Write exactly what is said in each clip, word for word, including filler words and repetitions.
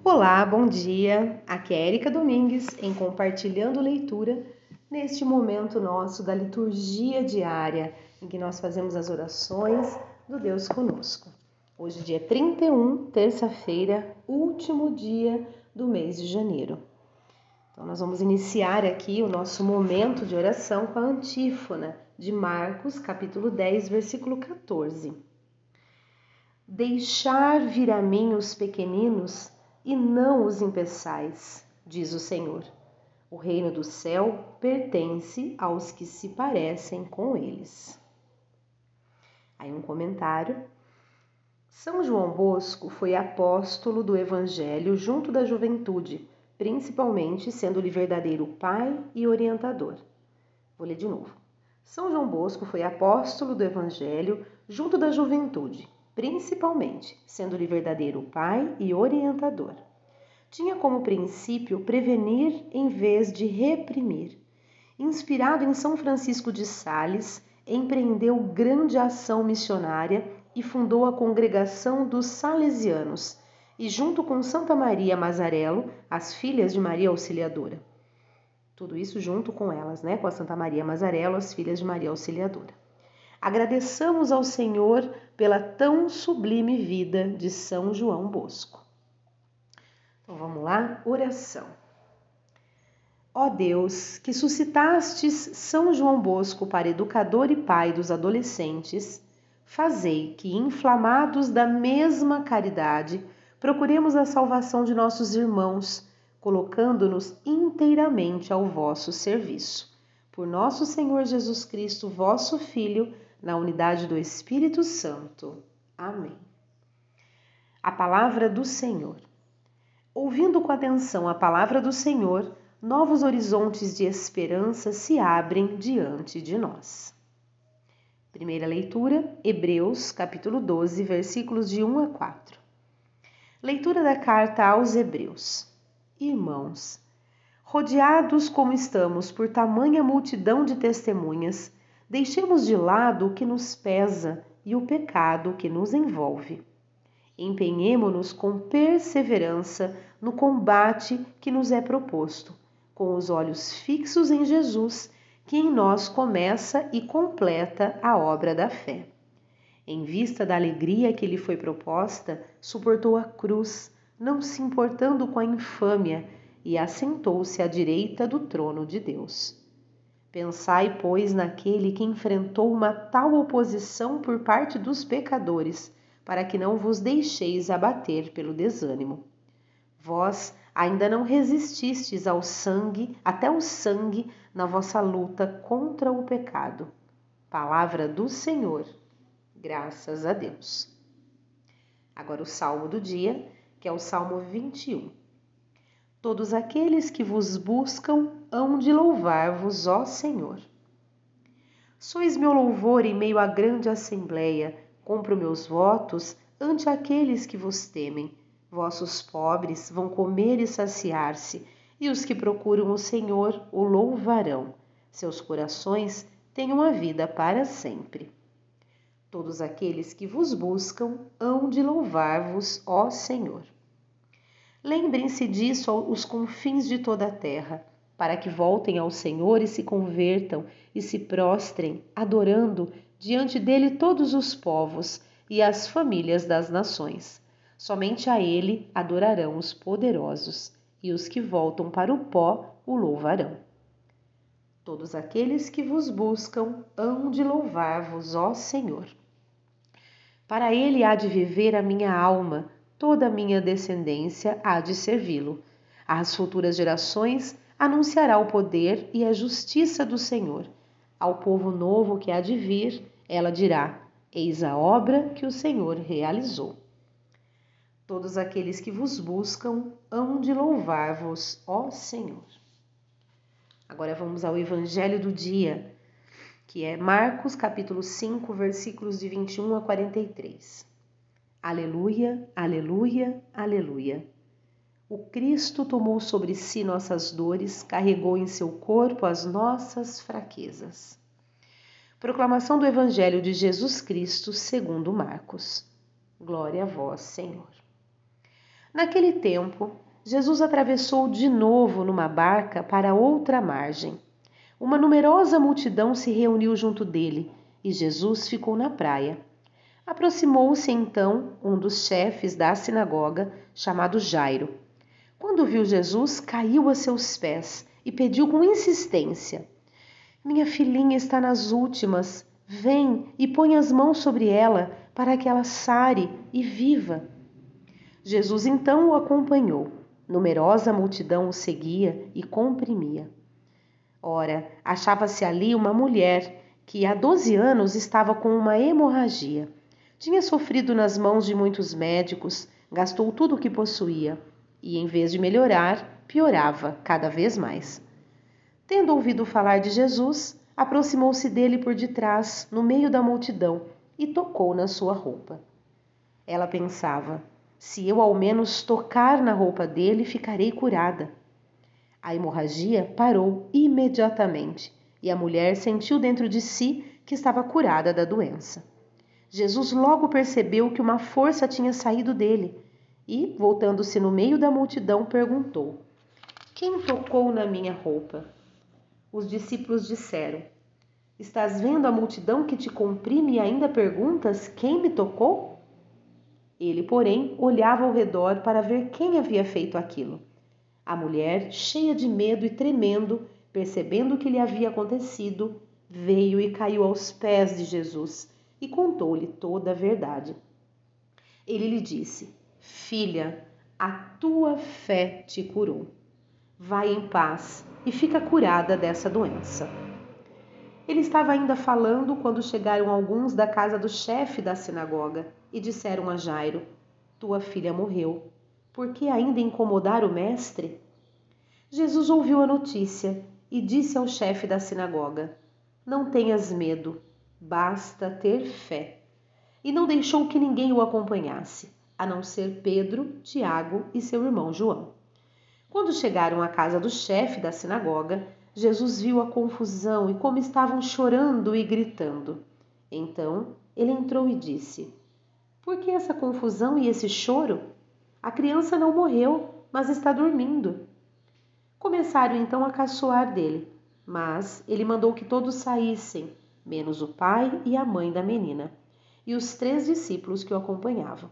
Olá, bom dia. Aqui é Érica Domingues em Compartilhando Leitura, neste momento nosso da liturgia diária, em que nós fazemos as orações do Deus conosco. Hoje, dia trinta e um, terça-feira, último dia do mês de janeiro. Então, nós vamos iniciar aqui o nosso momento de oração com a antífona de Marcos, capítulo dez, versículo quatorze. Deixar vir a mim os pequeninos e não os impeçais, diz o Senhor. O reino do céu pertence aos que se parecem com eles. Aí um comentário. São João Bosco foi apóstolo do Evangelho junto da juventude, principalmente sendo-lhe verdadeiro pai e orientador. Vou ler de novo. São João Bosco foi apóstolo do Evangelho junto da juventude, principalmente sendo-lhe verdadeiro pai e orientador. Tinha como princípio prevenir em vez de reprimir. Inspirado em São Francisco de Sales, empreendeu grande ação missionária e fundou a congregação dos Salesianos, e junto com Santa Maria Mazarello, as filhas de Maria Auxiliadora. Tudo isso junto com elas, né? Com a Santa Maria Mazarello, as filhas de Maria Auxiliadora. Agradeçamos ao Senhor pela tão sublime vida de São João Bosco. Então vamos lá, oração. Ó Deus, que suscitastes São João Bosco para educador e pai dos adolescentes, fazei que, inflamados da mesma caridade, procuremos a salvação de nossos irmãos, colocando-nos inteiramente ao vosso serviço. Por nosso Senhor Jesus Cristo, vosso Filho, na unidade do Espírito Santo. Amém. A palavra do Senhor. Ouvindo com atenção a palavra do Senhor, novos horizontes de esperança se abrem diante de nós. Primeira leitura, Hebreus, capítulo doze, versículos de um a quatro. Leitura da carta aos Hebreus. Irmãos, rodeados como estamos por tamanha multidão de testemunhas, deixemos de lado o que nos pesa e o pecado que nos envolve. Empenhemo-nos com perseverança no combate que nos é proposto, com os olhos fixos em Jesus, que em nós começa e completa a obra da fé. Em vista da alegria que lhe foi proposta, suportou a cruz, não se importando com a infâmia, e assentou-se à direita do trono de Deus. Pensai, pois, naquele que enfrentou uma tal oposição por parte dos pecadores, para que não vos deixeis abater pelo desânimo. Vós ainda não resististes ao sangue, até o sangue, na vossa luta contra o pecado. Palavra do Senhor. Graças a Deus. Agora o salmo do dia, que é o Salmo vinte e um. Todos aqueles que vos buscam hão de louvar-vos, ó Senhor. Sois meu louvor em meio à grande assembleia. Compro meus votos ante aqueles que vos temem. Vossos pobres vão comer e saciar-se, e os que procuram o Senhor o louvarão. Seus corações têm uma vida para sempre. Todos aqueles que vos buscam hão de louvar-vos, ó Senhor. Lembrem-se disso os confins de toda a terra, para que voltem ao Senhor e se convertam e se prostrem, adorando diante dele todos os povos e as famílias das nações. Somente a ele adorarão os poderosos, e os que voltam para o pó o louvarão. Todos aqueles que vos buscam hão de louvar-vos, ó Senhor. Para ele há de viver a minha alma, toda a minha descendência há de servi-lo. Às futuras gerações anunciará o poder e a justiça do Senhor. Ao povo novo que há de vir, ela dirá: eis a obra que o Senhor realizou. Todos aqueles que vos buscam hão de louvar-vos, ó Senhor. Agora vamos ao Evangelho do dia, que é Marcos, capítulo cinco, versículos de vinte e um a quarenta e três. Aleluia, aleluia, aleluia. O Cristo tomou sobre si nossas dores, carregou em seu corpo as nossas fraquezas. Proclamação do Evangelho de Jesus Cristo segundo Marcos. Glória a vós, Senhor. Naquele tempo, Jesus atravessou de novo numa barca para outra margem. Uma numerosa multidão se reuniu junto dele e Jesus ficou na praia. Aproximou-se então um dos chefes da sinagoga, chamado Jairo. Quando viu Jesus, caiu a seus pés e pediu com insistência: Minha filhinha está nas últimas. Vem e põe as mãos sobre ela para que ela sare e viva. Jesus então o acompanhou. Numerosa multidão o seguia e comprimia. Ora, achava-se ali uma mulher que há doze anos estava com uma hemorragia. Tinha sofrido nas mãos de muitos médicos, gastou tudo o que possuía e, em vez de melhorar, piorava cada vez mais. Tendo ouvido falar de Jesus, aproximou-se dele por detrás, no meio da multidão, e tocou na sua roupa. Ela pensava: se eu ao menos tocar na roupa dele, ficarei curada. A hemorragia parou imediatamente e a mulher sentiu dentro de si que estava curada da doença. Jesus logo percebeu que uma força tinha saído dele e, voltando-se no meio da multidão, perguntou: Quem tocou na minha roupa? Os discípulos disseram: Estás vendo a multidão que te comprime e ainda perguntas: Quem me tocou? Ele, porém, olhava ao redor para ver quem havia feito aquilo. A mulher, cheia de medo e tremendo, percebendo o que lhe havia acontecido, veio e caiu aos pés de Jesus e contou-lhe toda a verdade. Ele lhe disse: Filha, a tua fé te curou. Vai em paz e fica curada dessa doença. Ele estava ainda falando quando chegaram alguns da casa do chefe da sinagoga e disseram a Jairo: Tua filha morreu. Por que ainda incomodar o mestre? Jesus ouviu a notícia e disse ao chefe da sinagoga: Não tenhas medo, basta ter fé. E não deixou que ninguém o acompanhasse, a não ser Pedro, Tiago e seu irmão João. Quando chegaram à casa do chefe da sinagoga, Jesus viu a confusão e como estavam chorando e gritando. Então ele entrou e disse: Por que essa confusão e esse choro? A criança não morreu, mas está dormindo. Começaram então a caçoar dele, mas ele mandou que todos saíssem, menos o pai e a mãe da menina, e os três discípulos que o acompanhavam.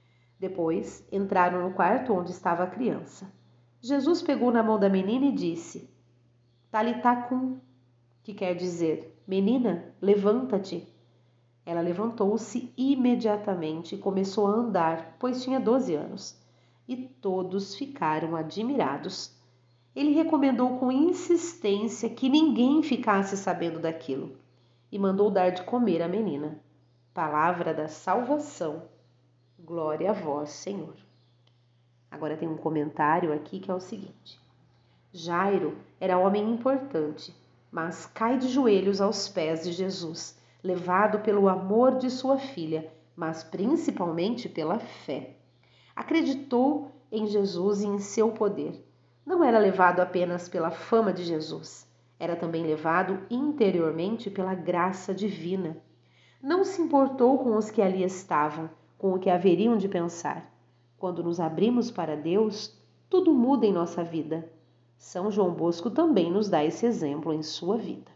Depois entraram no quarto onde estava a criança. Jesus pegou na mão da menina e disse: Talitá cum, que quer dizer: Menina, levanta-te. Ela levantou-se imediatamente e começou a andar, pois tinha doze anos. E todos ficaram admirados. Ele recomendou com insistência que ninguém ficasse sabendo daquilo e mandou dar de comer à menina. Palavra da salvação. Glória a vós, Senhor. Agora tem um comentário aqui que é o seguinte: Jairo era homem importante, mas cai de joelhos aos pés de Jesus, levado pelo amor de sua filha, mas principalmente pela fé. Acreditou em Jesus e em seu poder. Não era levado apenas pela fama de Jesus, era também levado interiormente pela graça divina. Não se importou com os que ali estavam, com o que haveriam de pensar. Quando nos abrimos para Deus, tudo muda em nossa vida. São João Bosco também nos dá esse exemplo em sua vida.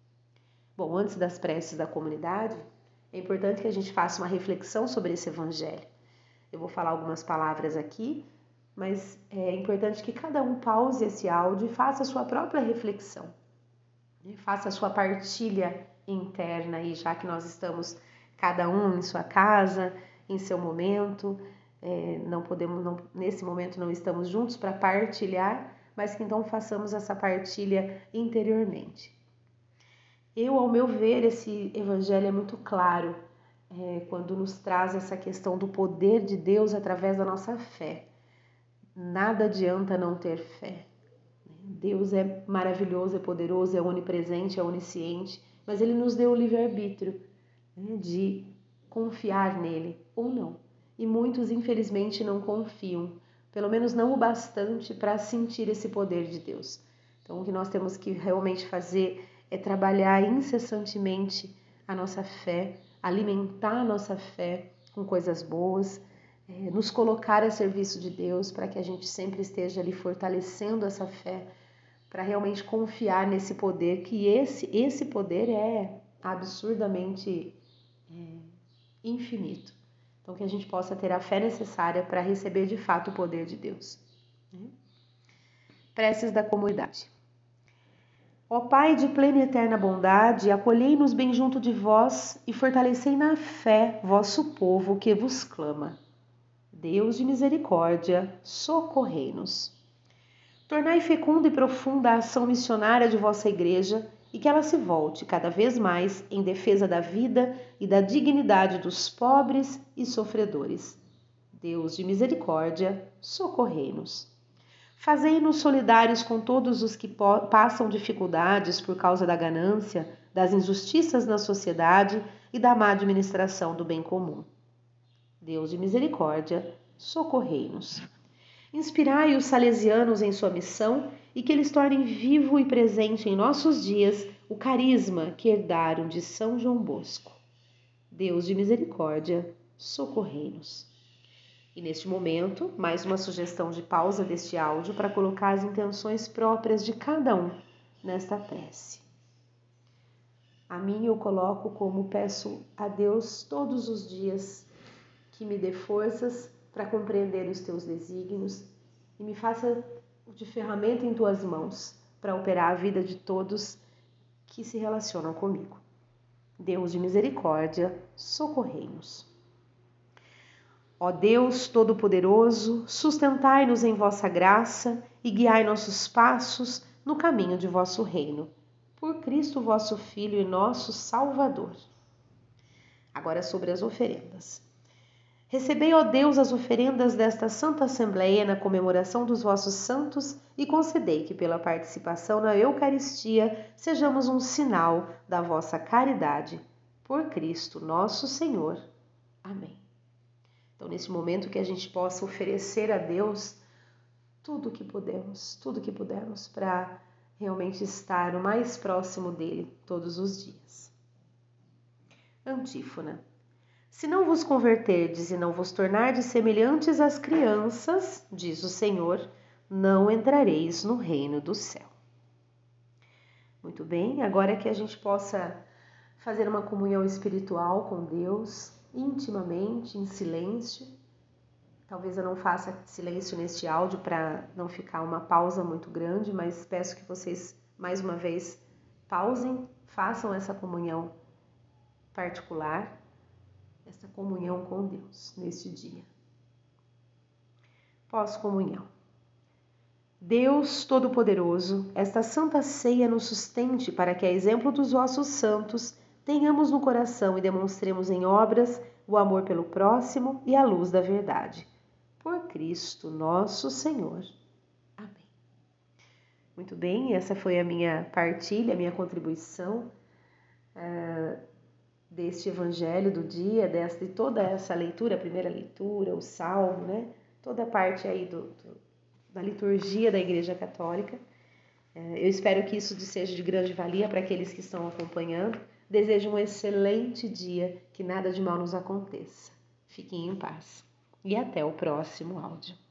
Bom, antes das preces da comunidade, é importante que a gente faça uma reflexão sobre esse evangelho. Eu vou falar algumas palavras aqui, mas é importante que cada um pause esse áudio e faça a sua própria reflexão. Faça a sua partilha interna aí, já que nós estamos cada um em sua casa, em seu momento. É, não podemos, não, nesse momento não estamos juntos para partilhar, mas que então façamos essa partilha interiormente. Eu, ao meu ver, esse evangelho é muito claro é, quando nos traz essa questão do poder de Deus através da nossa fé. Nada adianta não ter fé. Deus é maravilhoso, é poderoso, é onipresente, é onisciente, mas Ele nos deu o livre-arbítrio, né, de confiar nele ou não. E muitos, infelizmente, não confiam, pelo menos não o bastante para sentir esse poder de Deus. Então, o que nós temos que realmente fazer é trabalhar incessantemente a nossa fé, alimentar a nossa fé com coisas boas, é, nos colocar a serviço de Deus, para que a gente sempre esteja ali fortalecendo essa fé, para realmente confiar nesse poder, que esse, esse poder é absurdamente é, infinito. Então, que a gente possa ter a fé necessária para receber de fato o poder de Deus. Preces da comunidade. Ó Pai de plena e eterna bondade, acolhei-nos bem junto de vós e fortalecei na fé vosso povo que vos clama. Deus de misericórdia, socorrei-nos. Tornai fecunda e profunda a ação missionária de vossa Igreja e que ela se volte cada vez mais em defesa da vida e da dignidade dos pobres e sofredores. Deus de misericórdia, socorrei-nos. Fazei-nos solidários com todos os que passam dificuldades por causa da ganância, das injustiças na sociedade e da má administração do bem comum. Deus de misericórdia, socorrei-nos. Inspirai os salesianos em sua missão e que eles tornem vivo e presente em nossos dias o carisma que herdaram de São João Bosco. Deus de misericórdia, socorrei-nos. E neste momento, mais uma sugestão de pausa deste áudio para colocar as intenções próprias de cada um nesta prece. A mim eu coloco como peço a Deus todos os dias que me dê forças para compreender os teus desígnios e me faça de ferramenta em tuas mãos para operar a vida de todos que se relacionam comigo. Deus de misericórdia, socorrei-nos. Ó Deus Todo-Poderoso, sustentai-nos em vossa graça e guiai nossos passos no caminho de vosso reino. Por Cristo vosso Filho e nosso Salvador. Agora sobre as oferendas. Recebei, ó Deus, as oferendas desta Santa Assembleia na comemoração dos vossos santos e concedei que pela participação na Eucaristia sejamos um sinal da vossa caridade. Por Cristo nosso Senhor. Amém. Então, nesse momento que a gente possa oferecer a Deus tudo o que podemos, tudo que pudermos para realmente estar o mais próximo dele todos os dias. Antífona. Se não vos converterdes e não vos tornardes semelhantes às crianças, diz o Senhor, não entrareis no reino do céu. Muito bem, agora é que a gente possa fazer uma comunhão espiritual com Deus, intimamente, em silêncio. Talvez eu não faça silêncio neste áudio para não ficar uma pausa muito grande, mas peço que vocês, mais uma vez, pausem, façam essa comunhão particular, essa comunhão com Deus neste dia. Pós-comunhão. Deus Todo-Poderoso, esta santa ceia nos sustente para que, a exemplo dos vossos santos, tenhamos no coração e demonstremos em obras o amor pelo próximo e a luz da verdade. Por Cristo nosso Senhor. Amém. Muito bem, essa foi a minha partilha, a minha contribuição uh, deste evangelho do dia, desta, de toda essa leitura, a primeira leitura, o salmo, né? Toda a parte aí do, do, da liturgia da Igreja Católica. Uh, eu espero que isso seja de grande valia para aqueles que estão acompanhando. Desejo um excelente dia, que nada de mal nos aconteça. Fiquem em paz. E até o próximo áudio.